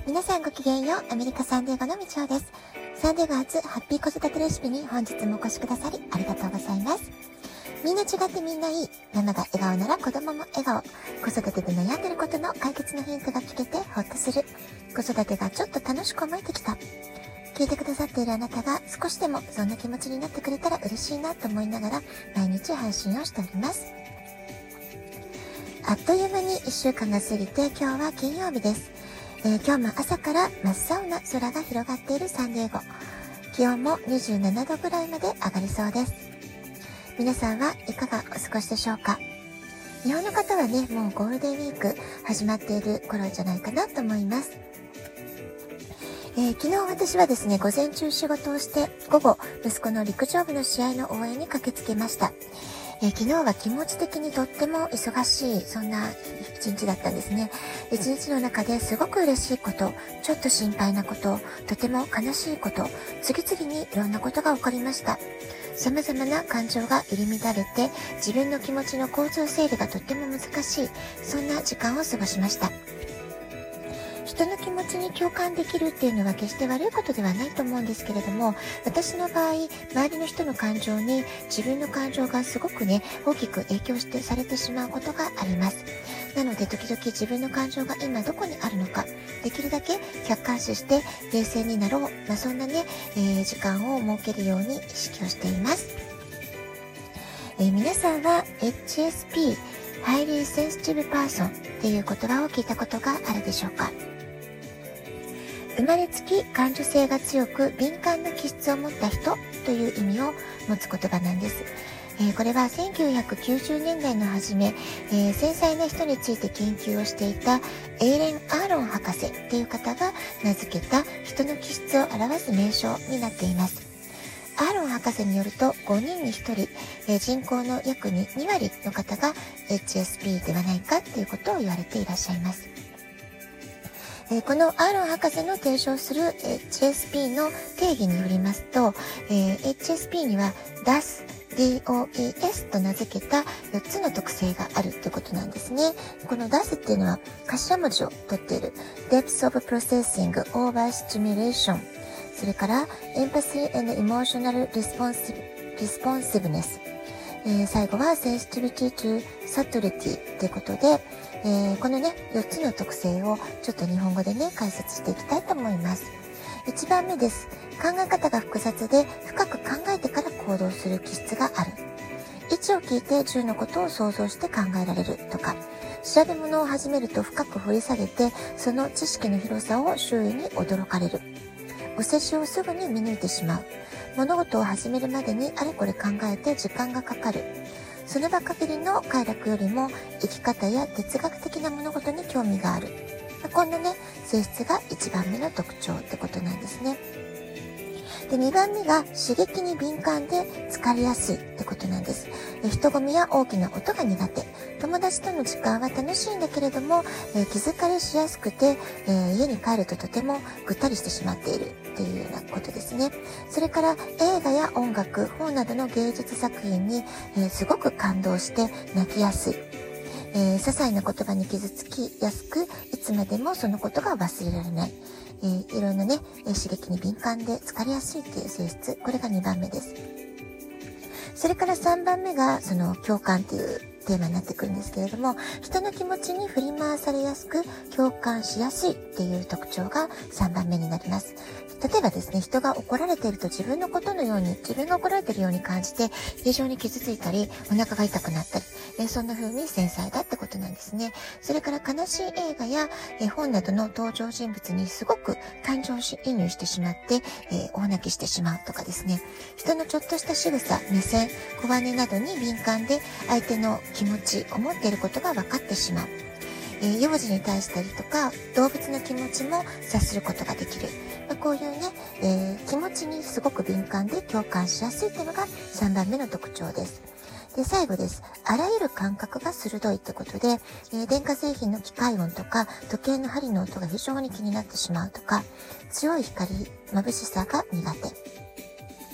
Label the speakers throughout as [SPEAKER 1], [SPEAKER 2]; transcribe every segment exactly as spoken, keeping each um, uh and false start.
[SPEAKER 1] 皆さんごきげんよう。アメリカサンディエゴのみちおです。サンディエゴ初ハッピー子育てレシピに本日もお越しくださりありがとうございます。みんな違ってみんないい。ママが笑顔なら子供も笑顔。子育てで悩んでることの解決のヒントが聞けてほっとする。子育てがちょっと楽しく思えてきた。聞いてくださっているあなたが少しでもそんな気持ちになってくれたら嬉しいなと思いながら毎日配信をしております。あっという間にいっしゅうかんが過ぎて今日は金曜日です。えー、今日も朝から真っ青な空が広がっているサンディエゴ。気温もにじゅうななどぐらいまで上がりそうです。皆さんはいかがお過ごしでしょうか。日本の方はね、もうゴールデンウィーク始まっている頃じゃないかなと思います。えー、昨日私はですね、午前中仕事をして午後息子の陸上部の試合の応援に駆けつけました。えー、昨日は気持ち的にとっても忙しい、そんな一日だったんですね。一日の中ですごく嬉しいこと、ちょっと心配なこと、とても悲しいこと、次々にいろんなことが起こりました。様々な感情が入り乱れて、自分の気持ちの交通整理がとっても難しい、そんな時間を過ごしました。人の気持ちに共感できるっていうのは決して悪いことではないと思うんですけれども、私の場合、周りの人の感情に自分の感情がすごくね、大きく影響してされてしまうことがあります。なので時々自分の感情が今どこにあるのか、できるだけ客観視して冷静になろう、まあ、そんなね、えー、時間を設けるように意識をしています。えー、皆さんは エイチエスピー、Highly Sensitive Person っていう言葉を聞いたことがあるでしょうか。生まれつき感受性が強く敏感な気質を持った人という意味を持つ言葉なんです。えー、これはせんきゅうひゃくきゅうじゅうねんだいの初め、えー、繊細な人について研究をしていたエイレン・アーロン博士っていう方が名付けた人の気質を表す名称になっています。アーロン博士によるとごにんにひとり、えー、人口の約 にわりの方が エイチエスピー ではないかということを言われていらっしゃいます。えー、このアーロン博士の提唱する エイチエスピー の定義によりますと、えー、エイチエスピー には ダース、ディーオーイーエス と名付けたよっつの特性があるということなんですね。この ダース っていうのは頭文字を取っている Depth of Processing Over Stimulation、 それから Empathy and Emotional Responsiveness、えー、最後は Sensitivity to Subtlety ということで、えー、このねよっつの特性をちょっと日本語でね解説していきたいと思います。いちばんめです。考え方が複雑で深く考えてから行動する気質がある。いちを聞いてじゅうのことを想像して考えられるとか、調べ物を始めると深く掘り下げてその知識の広さを周囲に驚かれる。お世辞をすぐに見抜いてしまう。物事を始めるまでにあれこれ考えて時間がかかる。その場限りの快楽よりも生き方や哲学的な物事に興味がある。こんなね性質がいちばんめの特徴ってことなんですね。でにばんめが刺激に敏感で疲れやすいってことなんです。人混みや大きな音が苦手。友達との時間は楽しいんだけれども、えー、気疲れしやすくて、えー、家に帰るととてもぐったりしてしまっているっていうようなことですね。それから映画や音楽、本などの芸術作品に、えー、すごく感動して泣きやすい。えー、些細な言葉に傷つきやすく、いつまでもそのことが忘れられない。えー、いろんなね、刺激に敏感で疲れやすいという性質。これがにばんめです。それからさんばんめが、その共感というテーマになってくるんですけれども、人の気持ちに振り回されやすく、共感しやすいっていう特徴がさんばんめになります。例えばですね、人が怒られていると自分のことのように、自分が怒られているように感じて、非常に傷ついたり、お腹が痛くなったり、えー、そんな風に繊細だってことなんですね。それから悲しい映画や、えー、本などの登場人物にすごく感情移入してしまって、えー、大泣きしてしまうとかですね、人のちょっとした仕草、目線、小金などに敏感で、相手の気持ち、思っていることが分かってしまう。えー、幼児に対したりとか動物の気持ちも察することができる。まあ、こういうね、えー、気持ちにすごく敏感で共感しやすいというのがさんばんめの特徴です。で、最後です。あらゆる感覚が鋭いってことで、えー、電化製品の機械音とか時計の針の音が非常に気になってしまうとか、強い光、眩しさが苦手。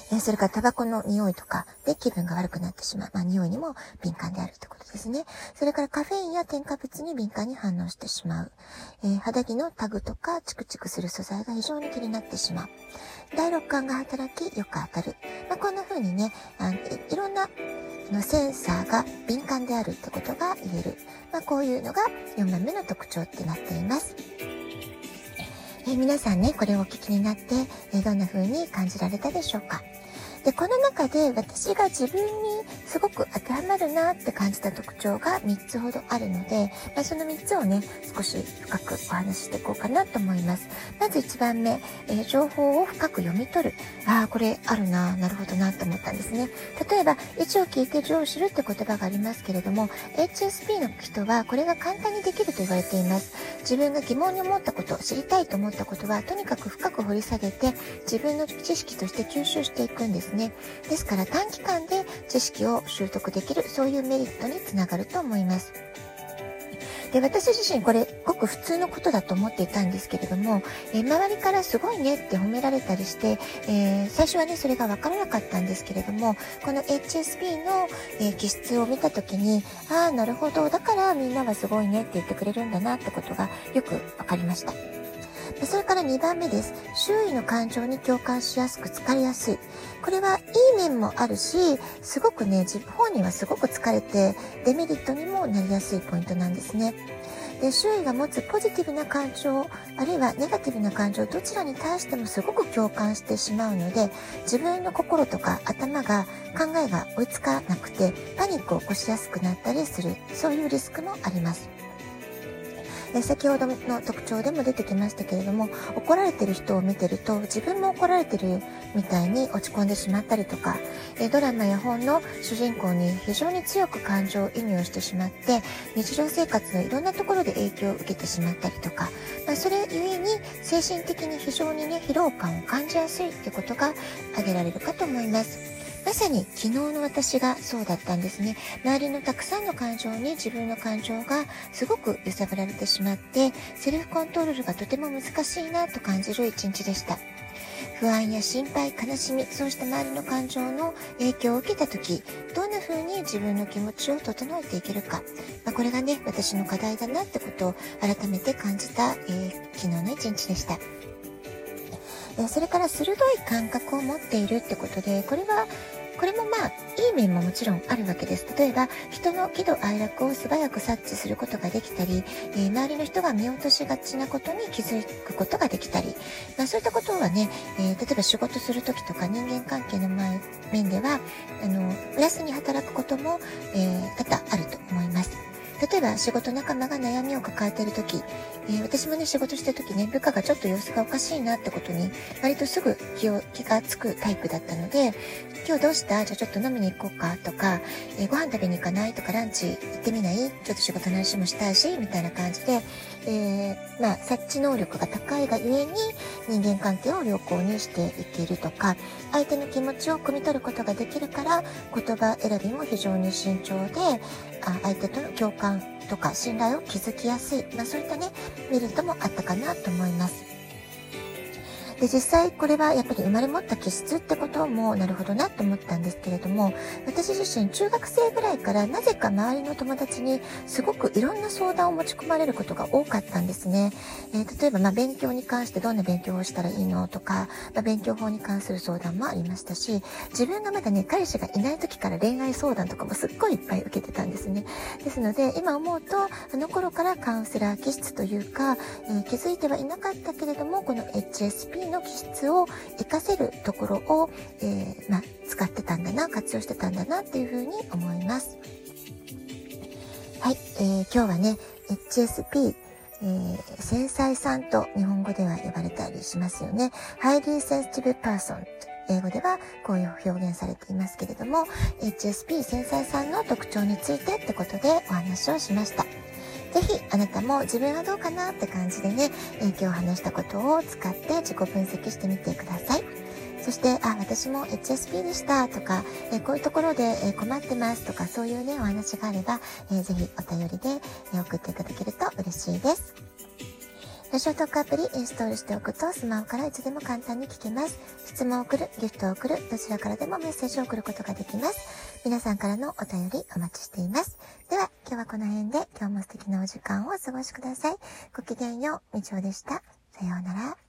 [SPEAKER 1] えー、それからタバコの匂いとかで気分が悪くなってしまう。まあ匂いにも敏感であるってことですね。それからカフェインや添加物に敏感に反応してしまう。えー、肌着のタグとかチクチクする素材が非常に気になってしまう。第六感が働きよく当たる。まあ、こんな風にね、あの い, いろんなのセンサーが敏感であるってことが言える。まあ、こういうのがよんばんめの特徴ってなっています。えー、皆さんね、これをお聞きになって、えー、どんな風に感じられたでしょうか。で、この中で私が自分にすごく当てはまるなって感じた特徴がみっつほどあるので、まあ、そのみっつをね、少し深くお話ししていこうかなと思います。まずいちばんめ、えー、情報を深く読み取る。ああ、これあるな、なるほどなと思ったんですね。例えば、一を聞いて十を知るって言葉がありますけれども、エイチエスピー の人はこれが簡単にできると言われています。自分が疑問に思ったこと、知りたいと思ったことは、とにかく深く掘り下げて、自分の知識として吸収していくんですね。ですから短期間で知識を習得できる、そういうメリットにつながると思います。で、私自身これごく普通のことだと思っていたんですけれども、えー、周りからすごいねって褒められたりして、えー、最初はねそれが分からなかったんですけれども、この エイチエスピー の、えー、気質を見た時に、ああなるほど、だからみんなはすごいねって言ってくれるんだなってことがよく分かりました。それからにばんめです。周囲の感情に共感しやすく疲れやすい。これはいい面もあるし、すごくね、自分本人はすごく疲れてデメリットにもなりやすいポイントなんですね。で、周囲が持つポジティブな感情、あるいはネガティブな感情、どちらに対してもすごく共感してしまうので、自分の心とか頭が考えが追いつかなくてパニックを起こしやすくなったりする、そういうリスクもあります。先ほどの特徴でも出てきましたけれども、怒られてる人を見てると自分も怒られてるみたいに落ち込んでしまったりとか、ドラマや本の主人公に非常に強く感情移入してしまって、日常生活のいろんなところで影響を受けてしまったりとか、まあ、それゆえに精神的に非常にね疲労感を感じやすいってことが挙げられるかと思います。まさに昨日の私がそうだったんですね。周りのたくさんの感情に自分の感情がすごく揺さぶられてしまって、セルフコントロールがとても難しいなと感じる一日でした。不安や心配、悲しみ、そうした周りの感情の影響を受けた時、どんな風に自分の気持ちを整えていけるか、まあ、これがね私の課題だなってことを改めて感じた、えー、昨日の一日でした。それから鋭い感覚を持っているってことで、これはこれもまあいい面ももちろんあるわけです。例えば人の喜怒哀楽を素早く察知することができたり、えー、周りの人が見落としがちなことに気づくことができたり、まあ、そういったことはね、えー、例えば仕事する時とか人間関係の前面ではあのプラスに働くことも、えー、多々あると思います。例えば仕事仲間が悩みを抱えているとき、えー、私もね仕事してるときね、部下がちょっと様子がおかしいなってことに割とすぐ気を気がつくタイプだったので、今日どうした？じゃあちょっと飲みに行こうかとか、えー、ご飯食べに行かないとか、ランチ行ってみない？ちょっと仕事の話もしたいしみたいな感じで、えー、まあ察知能力が高いがゆえに人間関係を良好にしていけるとか、相手の気持ちを汲み取ることができるから言葉選びも非常に慎重で、あ相手との共感とか信頼を築きやすい、まあ、そういったねメリットもあったかなと思います。で、実際これはやっぱり生まれ持った気質ってこともなるほどなと思ったんですけれども、私自身中学生ぐらいからなぜか周りの友達にすごくいろんな相談を持ち込まれることが多かったんですね。えー、例えばまあ勉強に関してどんな勉強をしたらいいのとか、まあ、勉強法に関する相談もありましたし、自分がまだね彼氏がいない時から恋愛相談とかもすっごいいっぱい受けてたんですね。ですので今思うとあの頃からカウンセラー気質というか、えー、気づいてはいなかったけれどもこの エイチエスピー の気質を活かせるところを、えーまあ、使ってたんだな、活用してたんだなっていうふうに思います。はい、えー、今日はね エイチエスピー、えー、繊細さんと日本語では呼ばれたりしますよね。Highly Sensitive Person、英語ではこういう表現されていますけれども、 エイチエスピー 繊細さんの特徴についてってことでお話をしました。ぜひあなたも自分はどうかなって感じでね、えー、今日話したことを使って自己分析してみてください。そして、あ、私も エイチエスピー でしたとか、えー、こういうところで、えー、困ってますとか、そういうねお話があれば、えー、ぜひお便りで、えー、送っていただけると嬉しいです。 ラジオトークアプリインストールしておくとスマホからいつでも簡単に聞けます。質問を送る、ギフトを送る、どちらからでもメッセージを送ることができます。皆さんからのお便りお待ちしています。では今日はこの辺で今日も素敵なお時間をお過ごしください。ごきげんよう、みちおでした。さようなら。